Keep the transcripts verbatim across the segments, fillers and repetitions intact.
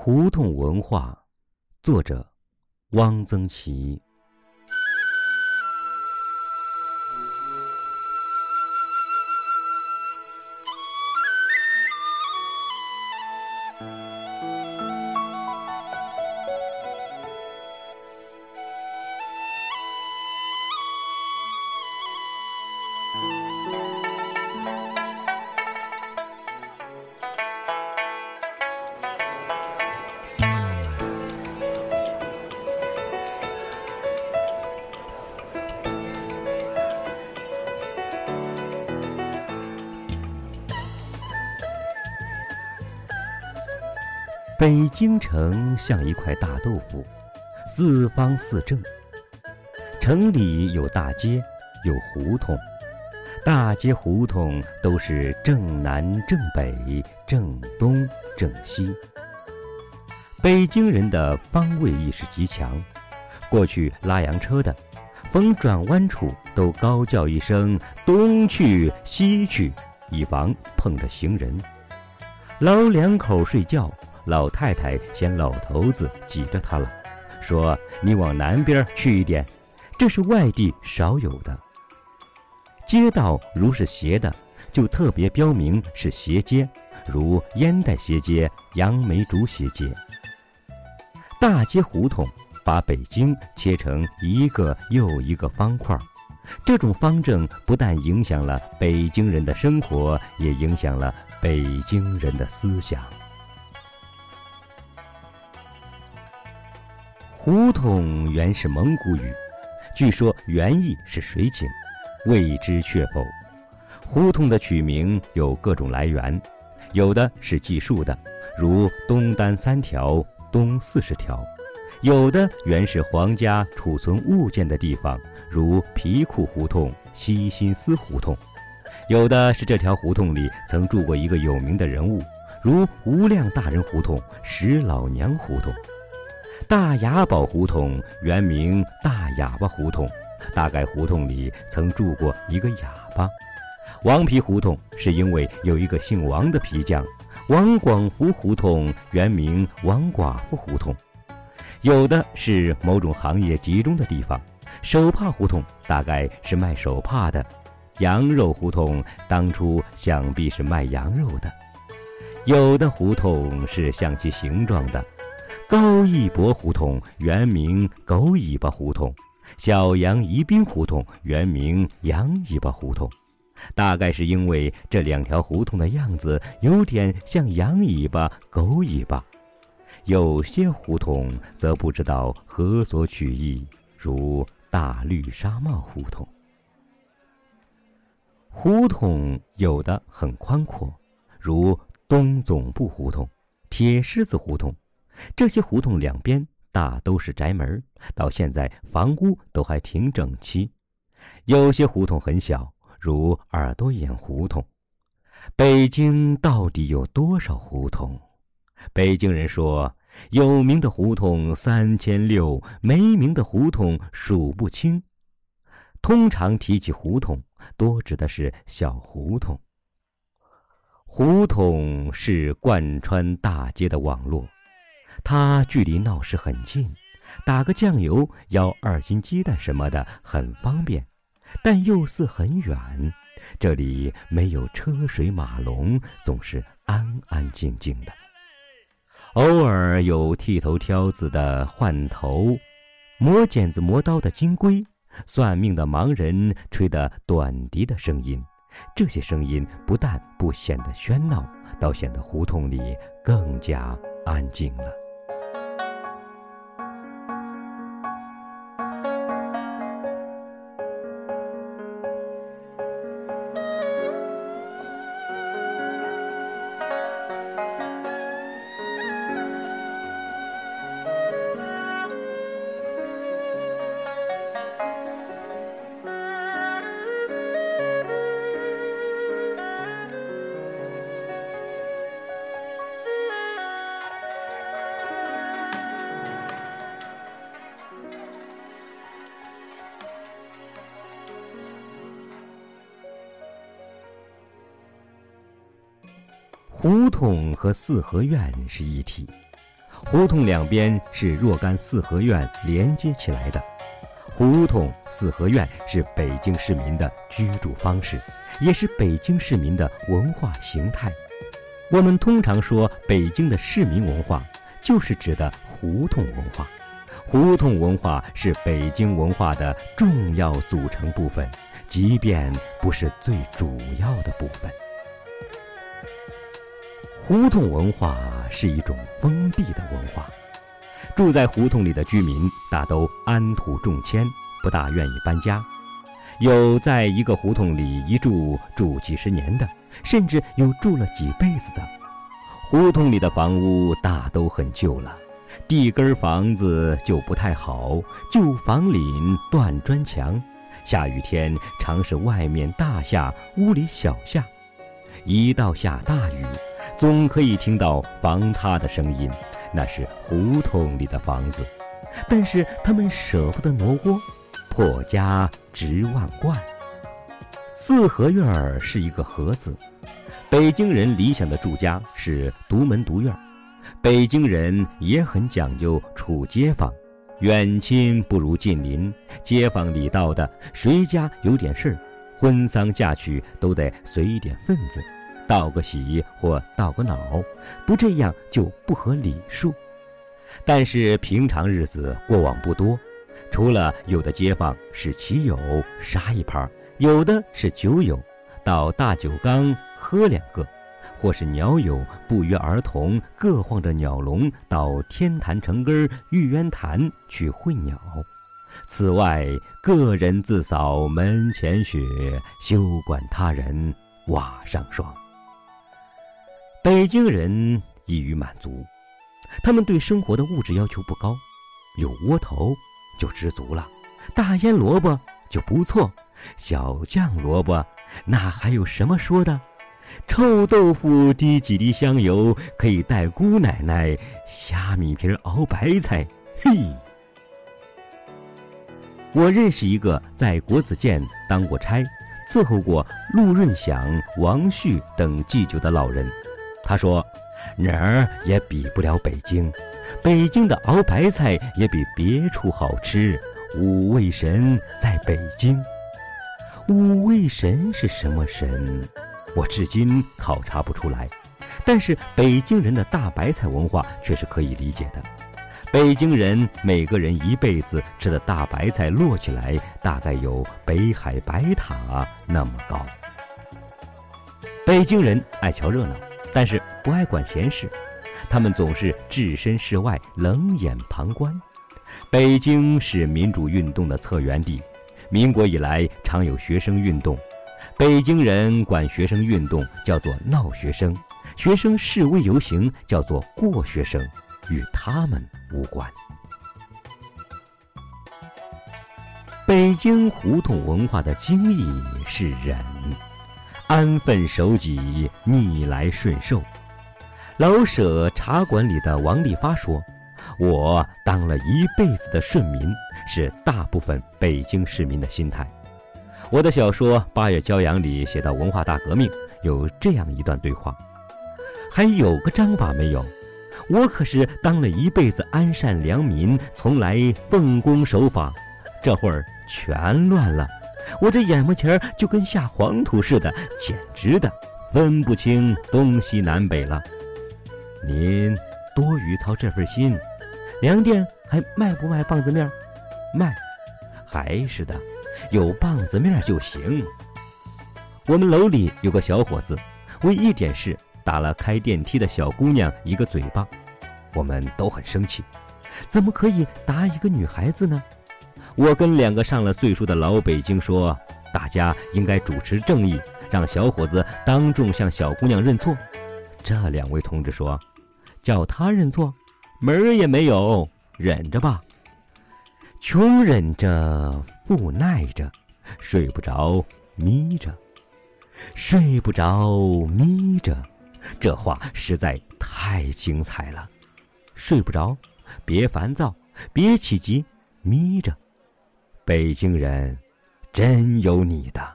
胡同文化，作者汪曾祺。北京城像一块大豆腐，四方四正。城里有大街，有胡同，大街胡同都是正南正北正东正西。北京人的方位意识极强，过去拉洋车的逢转弯处都高叫一声东去西去，以防碰着行人。老两口睡觉，老太太嫌老头子挤着他了，说你往南边去一点，这是外地少有的。街道如是斜的，就特别标明是斜街，如烟袋斜街、杨梅竹斜街。大街胡同把北京切成一个又一个方块，这种方正不但影响了北京人的生活，也影响了北京人的思想。胡同原是蒙古语，据说原意是水井，未知确否。胡同的取名有各种来源，有的是计数的，如东单三条，东四十条；有的原是皇家储存物件的地方，如皮库胡同、西新司胡同；有的是这条胡同里曾住过一个有名的人物，如无量大人胡同、石老娘胡同。大雅堡胡同原名大哑巴胡同，大概胡同里曾住过一个哑巴。王皮胡同是因为有一个姓王的皮匠。王广福胡同原名王寡妇胡同。有的是某种行业集中的地方，手帕胡同大概是卖手帕的，羊肉胡同当初想必是卖羊肉的。有的胡同是像其形状的，高义博胡同原名狗尾巴胡同，小杨宜宾胡同原名羊尾巴胡同，大概是因为这两条胡同的样子有点像羊尾巴、狗尾巴。有些胡同则不知道何所取意，如大绿纱帽胡同。胡同有的很宽阔，如东总部胡同、铁狮子胡同，这些胡同两边大都是宅门，到现在房屋都还挺整齐。有些胡同很小，如耳朵眼胡同。北京到底有多少胡同？北京人说，有名的胡同三千六，没名的胡同数不清。通常提起胡同，多指的是小胡同。胡同是贯穿大街的网络，它距离闹市很近，打个酱油要二斤鸡蛋什么的很方便，但又似很远。这里没有车水马龙，总是安安静静的。偶尔有剃头挑子的换头，磨剪子磨刀的金龟，算命的盲人吹的短笛的声音，这些声音不但不显得喧闹，倒显得胡同里更加安静了。胡同和四合院是一体， 胡同两边是若干四合院连接起来的。胡同、四合院是北京市民的居住方式，也是北京市民的文化形态。我们通常说北京的市民文化，就是指的胡同文化。胡同文化是北京文化的重要组成部分，即便不是最主要的部分。胡同文化是一种封闭的文化，住在胡同里的居民大都安土重迁，不大愿意搬家。有在一个胡同里一住住几十年的，甚至有住了几辈子的。胡同里的房屋大都很旧了，地根房子就不太好，旧房顶断砖墙，下雨天常是外面大下，屋里小下。一到下大雨，总可以听到房塌的声音，那是胡同里的房子。但是他们舍不得挪窝，破家值万贯。四合院是一个合字，北京人理想的住家是独门独院。北京人也很讲究处街坊，远亲不如近邻，街坊里道的，谁家有点事儿，婚丧嫁娶都得随一点份子，道个喜或道个恼，不这样就不合礼数。但是平常日子过往不多，除了有的街坊是棋友杀一盘，有的是酒友到大酒缸喝两个，或是鸟友不约而同各晃着鸟笼到天坛城根玉渊潭去会鸟。此外，个人自扫门前雪，休管他人瓦上霜。北京人易于满足，他们对生活的物质要求不高，有窝头就知足了，大腌萝卜就不错，小酱萝卜那还有什么说的？臭豆腐滴几滴香油，可以带姑奶奶虾米皮熬白菜。嘿，我认识一个在国子监当过差，伺候过陆润祥、王旭等祭酒的老人。他说，哪儿也比不了北京，北京的熬白菜也比别处好吃，五味神在北京。五味神是什么神？我至今考察不出来，但是北京人的大白菜文化却是可以理解的。北京人每个人一辈子吃的大白菜摞起来，大概有北海白塔那么高。北京人爱瞧热闹，但是不爱管闲事，他们总是置身事外，冷眼旁观。北京是民主运动的策源地，民国以来常有学生运动，北京人管学生运动叫做闹学生，学生示威游行叫做过学生，与他们无关。北京胡同文化的精义是忍，安分守己，逆来顺受。老舍茶馆里的王利发说，我当了一辈子的顺民，是大部分北京市民的心态。我的小说《八月骄阳》里写到文化大革命，有这样一段对话：还有个章法没有？我可是当了一辈子安善良民，从来奉公守法，这会儿全乱了，我这眼巴前就跟下黄土似的，简直的分不清东西南北了。您多余操这份心，粮店还卖不卖棒子面？卖，还是的，有棒子面就行。我们楼里有个小伙子，为一点事打了开电梯的小姑娘一个嘴巴，我们都很生气，怎么可以打一个女孩子呢？我跟两个上了岁数的老北京说，大家应该主持正义，让小伙子当众向小姑娘认错。这两位同志说，叫他认错，门儿也没有，忍着吧。穷忍着，富耐着，睡不着眯着，睡不着眯着，这话实在太精彩了。睡不着，别烦躁，别起急，眯着。北京人真有你的。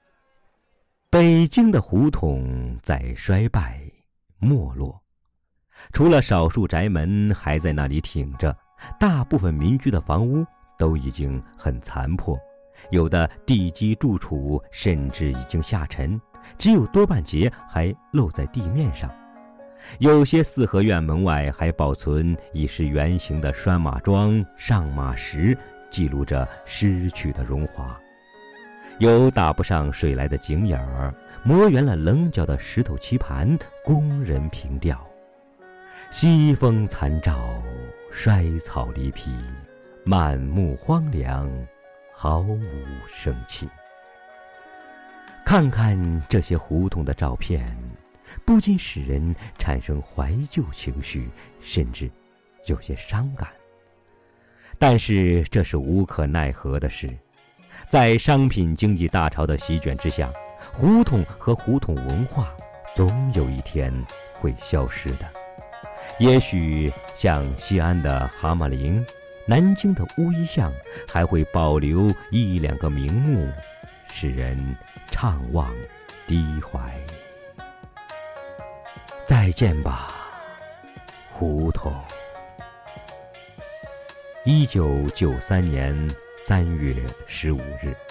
北京的胡同在衰败没落， 除了少数宅门还在那里挺着，大部分民居的房屋都已经很残破，有的地基柱础甚至已经下沉，只有多半截还露在地面上。有些四合院门外还保存已是圆形的拴马桩、上马石，记录着失去的荣华。有打不上水来的井眼儿，磨圆了棱角的石头棋盘，供人凭吊。西风残照，衰草离披，满目荒凉，毫无生气。看看这些胡同的照片，不禁使人产生怀旧情绪，甚至有些伤感。但是这是无可奈何的事，在商品经济大潮的席卷之下，胡同和胡同文化总有一天会消失的。也许像西安的蛤蟆陵、南京的乌衣巷，还会保留一两个名目，使人怅望低怀。再见吧，胡同。一九九三年三月十五日。